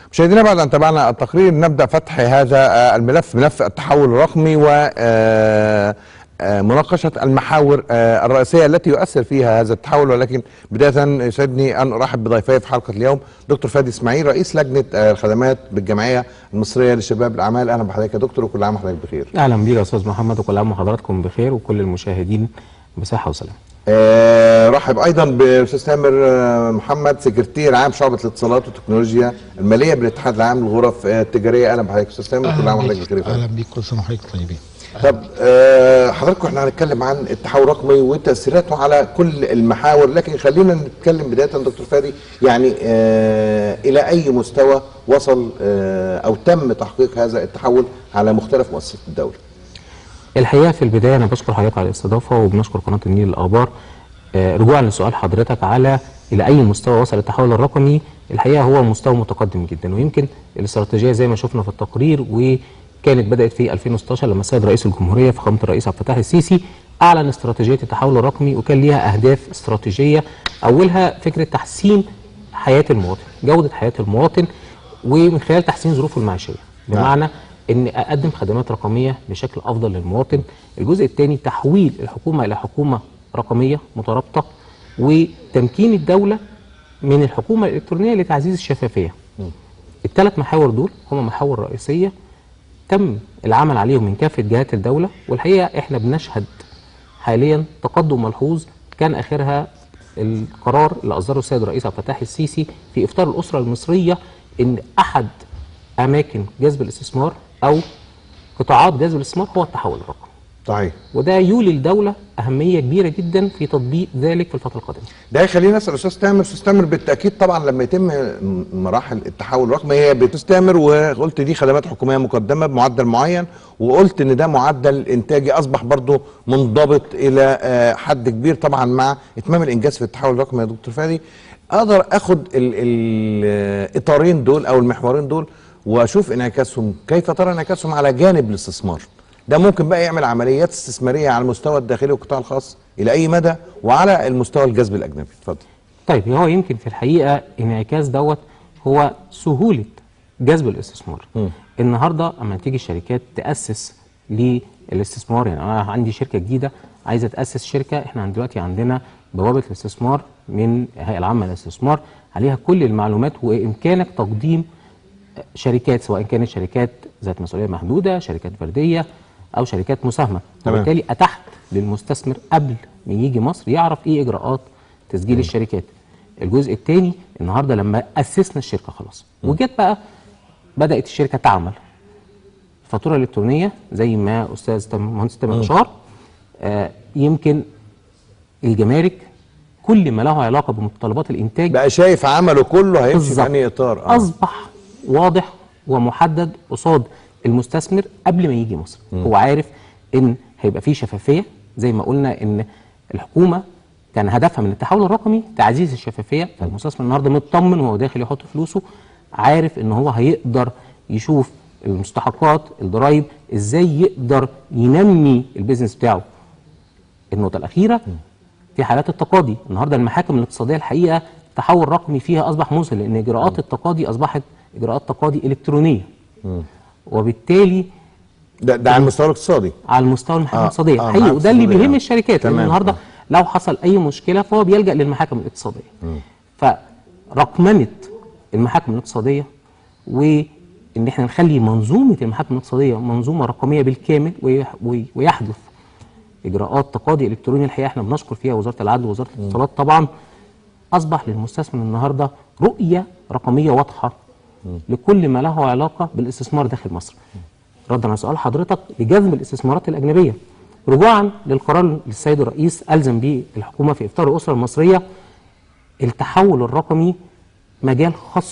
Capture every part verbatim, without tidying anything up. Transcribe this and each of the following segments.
مشاهدينا بعد ان تابعنا التقرير نبدا فتح هذا الملف، ملف التحول الرقمي ومناقشه المحاور الرئيسيه التي يؤثر فيها هذا التحول. ولكن بدايه يسعدني ان ارحب بضيفي في حلقه اليوم دكتور فادي اسماعيل رئيس لجنه الخدمات بالجمعيه المصريه لشباب الاعمال. اهلا بحضرتك يا دكتور وكل عام وحضرتك بخير. اهلا بيك يا استاذ محمد وكل عام وحضراتكم بخير وكل المشاهدين بصحه وسلامه. أه رحب ايضا بالاستاذ تامر محمد سكرتير عام شعبه الاتصالات والتكنولوجيا الماليه بالاتحاد العام للغرف التجاريه. اهلا بحضرتك استاذ تامر وكل عام وحضرتك بخير. اهلا بيك كل سنه وحضرتك طيبين. طب أه حضراتكم احنا هنتكلم عن التحول الرقمي وتاثيراته على كل المحاور، لكن خلينا نتكلم بدايه دكتور فادي يعني أه الى اي مستوى وصل أه او تم تحقيق هذا التحول على مختلف مؤسسات الدوله؟ الحقيقه في البدايه انا بشكر حضرتك على الاستضافه وبنشكر قناه النيل للاخبار. آه رجوعا لسؤال حضرتك على الى اي مستوى وصل التحول الرقمي، الحقيقه هو مستوى متقدم جدا، ويمكن الاستراتيجيه زي ما شفنا في التقرير وكانت بدات في ألفين وستاشر لما السيد رئيس الجمهوريه فخامه الرئيس عبد الفتاح السيسي اعلن استراتيجيه التحول الرقمي، وكان ليها اهداف استراتيجيه اولها فكره تحسين حياه المواطن، جوده حياه المواطن، ومن خلال تحسين ظروفه المعيشيه، بمعنى ان اقدم خدمات رقميه بشكل افضل للمواطن. الجزء الثاني تحويل الحكومه الى حكومه رقميه مترابطه، وتمكين الدوله من الحكومه الالكترونيه لتعزيز الشفافيه. الثلاث محاور دول هم محاور رئيسيه تم العمل عليهم من كافه جهات الدوله، والحقيقه احنا بنشهد حاليا تقدم ملحوظ كان اخرها القرار اللي اصدره السيد الرئيس عبد الفتاح السيسي في افطار الاسره المصريه ان احد اماكن جذب الاستثمار او قطاعات جذب الاستثمار هو التحول الرقمي. صحيح. وده يولي الدوله اهميه كبيره جدا في تطبيق ذلك في الفتره القادمه. ده يخلينا نسال استاذ تامر. استاذ تامر بالتاكيد طبعا لما يتم مراحل التحول الرقمي هي بتستمر، وقلت دي خدمات حكوميه مقدمه بمعدل معين، وقلت ان ده معدل انتاجي اصبح برضه منضبط الى حد كبير طبعا مع اتمام الانجاز في التحول الرقمي. يا دكتور فادي اقدر اخد الاطارين دول او المحورين دول واشوف انعكاسهم، كيف ترى انعكاسهم على جانب الاستثمار؟ ده ممكن بقى يعمل عمليات استثماريه على المستوى الداخلي والقطاع الخاص الى اي مدى، وعلى المستوى الجذب الاجنبي. اتفضل. طيب هو يمكن في الحقيقه انعكاس دوت هو سهوله جذب الاستثمار. م. النهارده اما تيجي الشركات تاسس للاستثمار، يعني انا عندي شركه جديده عايزه تاسس شركه، احنا دلوقتي عندنا بوابه الاستثمار من الهيئه العامه للاستثمار عليها كل المعلومات، وامكانك تقديم شركات سواء كانت شركات ذات مسؤوليه محدوده، شركات فرديه، او شركات مساهمه. وبالتالي اتحت للمستثمر قبل ما يجي مصر يعرف ايه اجراءات تسجيل م. الشركات. الجزء الثاني النهارده لما اسسنا الشركه خلاص وجت بقى بدات الشركه تعمل فاتوره الكترونيه زي ما استاذ مهندس تامر اشار. آه يمكن الجمارك كل ما له علاقه بمتطلبات الانتاج بقى شايف عمله كله هيمشي في انهي اطار. آه. اصبح واضح ومحدد قصاد المستثمر قبل ما يجي مصر. م. هو عارف ان هيبقى فيه شفافيه، زي ما قلنا ان الحكومه كان هدفها من التحول الرقمي تعزيز الشفافيه، فالمستثمر النهارده مطمن وهو داخل يحط فلوسه، عارف ان هو هيقدر يشوف المستحقات، الضرايب، ازاي يقدر ينمي البيزنس بتاعه. النقطه الاخيره في حالات التقاضي، النهارده المحاكم الاقتصاديه الحقيقه التحول الرقمي فيها اصبح مذهل، لان اجراءات التقاضي اصبحت اجراءات تقاضي الكترونيه. م. وبالتالي ده, ده على المستوى الاقتصادي، على المستوى المحاكم الاقتصاديه. آه حقيقي، وده اللي بيهم الشركات، لان النهارده آه. لو حصل اي مشكله فهو بيلجأ للمحاكم الاقتصاديه. م. فرقمنه المحاكم الاقتصاديه، وان احنا نخلي منظومه المحاكم الاقتصاديه منظومه رقميه بالكامل، ويحدث اجراءات تقاضي الكتروني. الحقيقه احنا بنشكر فيها وزاره العدل ووزاره الاتصالات طبعا. اصبح للمستثمر النهارده رؤيه رقميه واضحه لكل ما له علاقه بالاستثمار داخل مصر. ردا على سؤال حضرتك لجذب الاستثمارات الاجنبيه، رجوعا للقرار للسيد الرئيس الزم به الحكومه في افطار الاسره المصريه، التحول الرقمي مجال خصب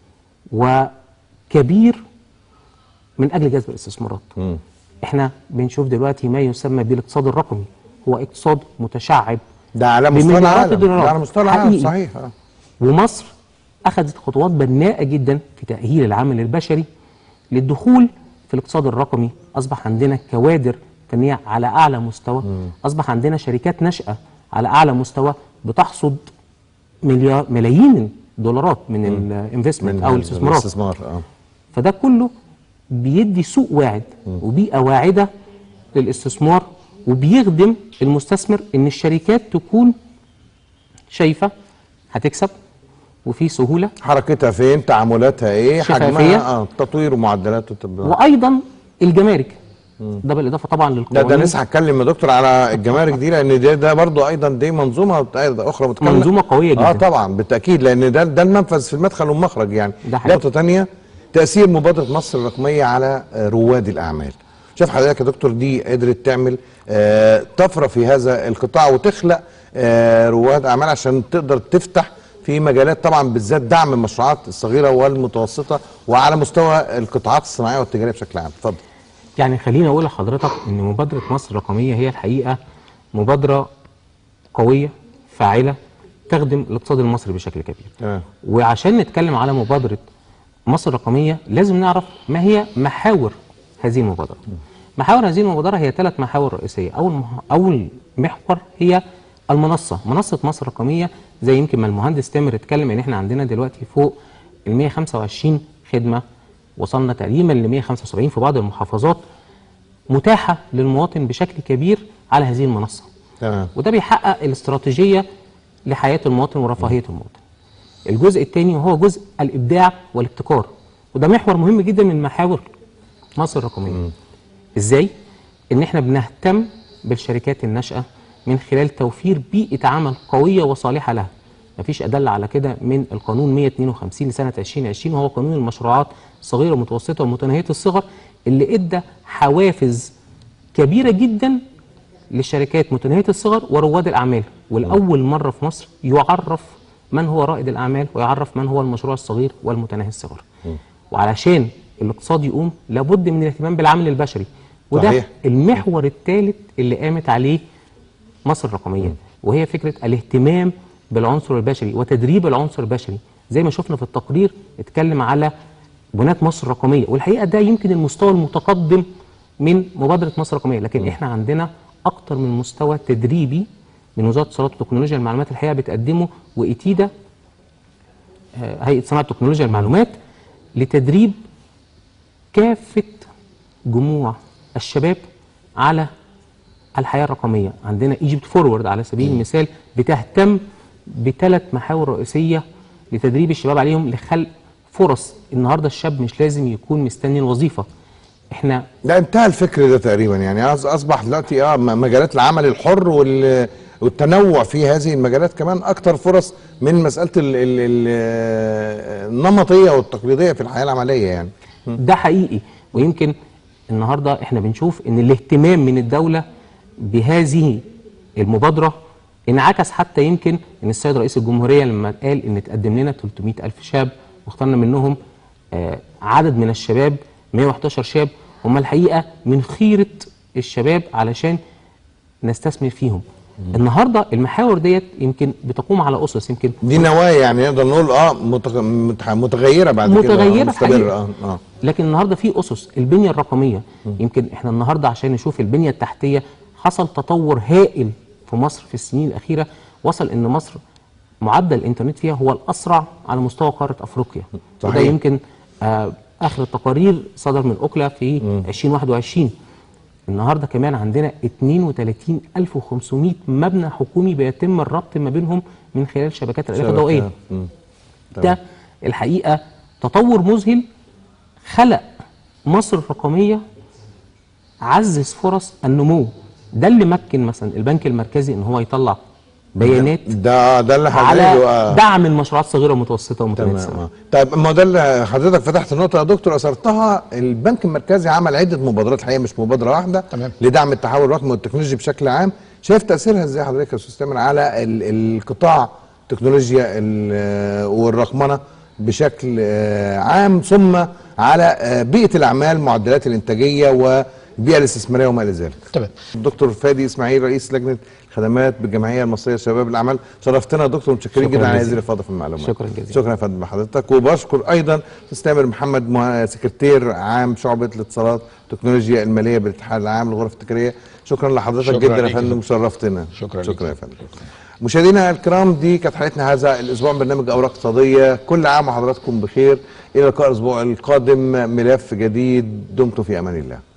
وكبير من اجل جذب الاستثمارات. م. احنا بنشوف دلوقتي ما يسمى بالاقتصاد الرقمي، هو اقتصاد متشعب ده على مستوى العالم، ده على مستوى العالم صحيح. ومصر اخذت خطوات بناءه جدا في تاهيل العامل البشري للدخول في الاقتصاد الرقمي. اصبح عندنا كوادر فنيه على اعلى مستوى، م. اصبح عندنا شركات ناشئه على اعلى مستوى بتحصد مليار ملايين دولارات من الانفستمنت او الاستثمارات. الاستثمار اه فده كله بيدي سوق واعد وبيئه واعده للاستثمار، وبيخدم المستثمر ان الشركات تكون شايفه هتكسب وفي سهوله، حركتها فين، تعاملاتها ايه، شفافية. حجمها اه تطوير ومعدلات وتب... وايضا الجمارك. ده بالاضافه طبعا لا للقوانين. ده لسه هتكلم يا دكتور على الجمارك دي، لان ده ده برضه ايضا دي منظومه اخرى متكامله، منظومه قويه جدا. اه طبعا بالتاكيد، لان ده ده المنفذ في المدخل والمخرج يعني. ده حقيقي. نقطه ثانيه، تاثير مبادره مصر الرقميه على رواد الاعمال. شوف حضرتك يا دكتور دي قدرت تعمل آه طفره في هذا القطاع وتخلق آه رواد اعمال عشان تقدر تفتح في مجالات طبعا بالذات دعم المشروعات الصغيره والمتوسطه وعلى مستوى القطاعات الصناعيه والتجاريه بشكل عام. اتفضل. يعني خليني اقول لحضرتك ان مبادره مصر الرقميه هي الحقيقه مبادره قويه فاعله تخدم الاقتصاد المصري بشكل كبير. آه. وعشان نتكلم على مبادره مصر الرقميه لازم نعرف ما هي محاور هذه المبادره. محاور هذه المبادره هي ثلاث محاور رئيسيه. اول مح... اول محور هي المنصه، منصه مصر الرقميه. زي يمكن ما المهندس تامر اتكلم ان احنا عندنا دلوقتي فوق ال مئة وخمسة وعشرين خدمه، وصلنا تقريبا ل مئة وخمسة وسبعين في بعض المحافظات، متاحه للمواطن بشكل كبير على هذه المنصه. تمام. وده بيحقق الاستراتيجيه لحياه المواطن ورفاهيه المواطن. الجزء الثاني وهو جزء الابداع والابتكار، وده محور مهم جدا من محاور مصر الرقميه. ازاي؟ ان احنا بنهتم بالشركات الناشئه من خلال توفير بيئه عمل قويه وصالحه لها. مفيش ادل على كده من القانون مئة واثنين وخمسين لسنه ألفين وعشرين، وهو قانون المشروعات الصغيره والمتوسطه ومتناهيه الصغر، اللي ادى حوافز كبيره جدا للشركات متناهيه الصغر ورواد الاعمال. والاول مره في مصر يعرف من هو رائد الاعمال ويعرف من هو المشروع الصغير والمتناهي الصغر. وعلشان الاقتصاد يقوم لابد من الاهتمام بالعامل البشري، وده صحيح. المحور الثالث اللي قامت عليه مصر الرقميه، وهي فكره الاهتمام بالعنصر البشري وتدريب العنصر البشري. زي ما شفنا في التقرير اتكلم على بنات مصر الرقميه، والحقيقه ده يمكن المستوى المتقدم من مبادره مصر الرقميه، لكن احنا عندنا اكتر من مستوى تدريبي من وزاره الاتصالات وتكنولوجيا المعلومات الحقيقه بتقدمه، وإتيدا هيئه صناعه تكنولوجيا المعلومات لتدريب كافه جموع الشباب على الحياه الرقميه. عندنا ايجيبت فورورد على سبيل المثال بتهتم بثلاث محاور رئيسيه لتدريب الشباب عليهم لخلق فرص. النهارده الشاب مش لازم يكون مستني الوظيفه. احنا لا انتهى الفكر ده تقريبا، يعني اصبح دلوقتي اه مجالات العمل الحر وال والتنوع في هذه المجالات كمان اكتر فرص من مساله ال ال ال النمطيه والتقليديه في الحياه العمليه يعني. ده حقيقي. ويمكن النهارده احنا بنشوف ان الاهتمام من الدوله بهذه المبادره انعكس حتى يمكن ان السيد رئيس الجمهوريه لما قال ان تقدم لنا ثلاثمئة ألف شاب واخترنا منهم آه عدد من الشباب مئة وأحد عشر شاب هم الحقيقه من خيره الشباب علشان نستثمر فيهم. النهارده المحاور ديت يمكن بتقوم على اسس يمكن دي نوايا يعني نقدر نقول اه متغيره بعد كده متغيره حقيقة. اه اه لكن النهارده في اسس البنيه الرقميه. يمكن احنا النهارده عشان نشوف البنيه التحتيه حصل تطور هائل في مصر في السنين الاخيره، وصل ان مصر معدل الانترنت فيها هو الاسرع على مستوى قاره افريقيا. صحيح. وده يمكن آه اخر التقارير صدر من اوكلا في م. ألفين وواحد وعشرين. النهارده كمان عندنا اثنين وثلاثين ألف وخمسمئة مبنى حكومي بيتم الربط ما بينهم من خلال شبكات الالياف الضوئيه. ده الحقيقه تطور مذهل خلق مصر الرقميه، عزز فرص النمو. ده اللي مكن مثلا البنك المركزي ان هو يطلع بيانات ده ده اللي على آه. دعم المشروعات الصغيره والمتوسطه والمتناهيه. طيب ما ده اللي حضرتك فتحت النقطه يا دكتور اثرتها. البنك المركزي عمل عده مبادرات الحقيقه مش مبادره واحده تمام. لدعم التحول الرقمي والتكنولوجي بشكل عام. شايف تاثيرها ازاي حضرتك يا استاذ تامر على القطاع التكنولوجيا والرقمنه بشكل عام، ثم على بيئه الاعمال، معدلات الانتاجيه البيئه الاستثماريه وما الى ذلك. تمام. الدكتور فادي اسماعيل رئيس لجنه الخدمات بالجمعيه المصريه لشباب الاعمال، شرفتنا يا دكتور، متشكرين جدا على هذه الافاضه في المعلومات. شكرا جزيلا. شكرا يا فندم حضرتك. وبشكر ايضا استاذ تامر محمد مه... سكرتير عام شعبه الاتصالات والتكنولوجيا الماليه بالاتحاد العام للغرف التجاريه. شكرا لحضرتك شكرا جدا يا ليك فندم، وشرفتنا. شكرا شكرا يا فندم. مشاهدينا الكرام، دي كانت حلقتنا هذا الاسبوع من برنامج اوراق اقتصاديه. كل عام وحضراتكم بخير، الى اللقاء الاسبوع القادم ملف جديد. دمتم في امان الله.